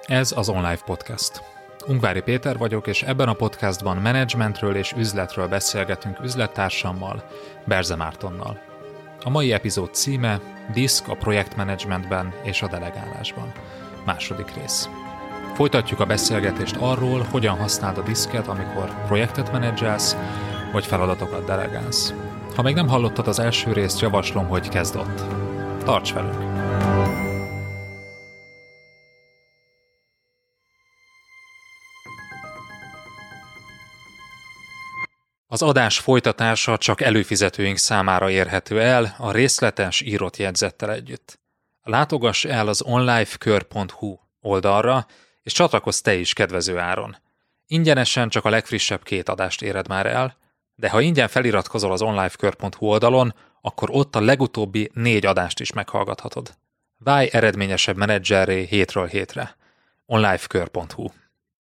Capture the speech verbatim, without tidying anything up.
Ez az OnLive Podcast. Ungvári Péter vagyok, és ebben a podcastban menedzsmentről és üzletről beszélgetünk üzlettársammal, Berze Mártonnal. A mai epizód címe Diszk a projektmenedzsmentben és a delegálásban. Második rész. Folytatjuk a beszélgetést arról, hogyan használd a diszket, amikor projektet menedzselsz, vagy feladatokat delegálsz. Ha még nem hallottad az első részt, javaslom, hogy kezd ott. Tarts velünk! Az adás folytatása csak előfizetőink számára érhető el a részletes írott jegyzettel együtt. Látogass el az onlifekör pont hu oldalra, és csatlakozz te is kedvező áron. Ingyenesen csak a legfrissebb két adást éred már el, de ha ingyen feliratkozol az onlifekör pont hu oldalon, akkor ott a legutóbbi négy adást is meghallgathatod. Válj eredményesebb menedzserré hétről hétre. onlifekör pont hu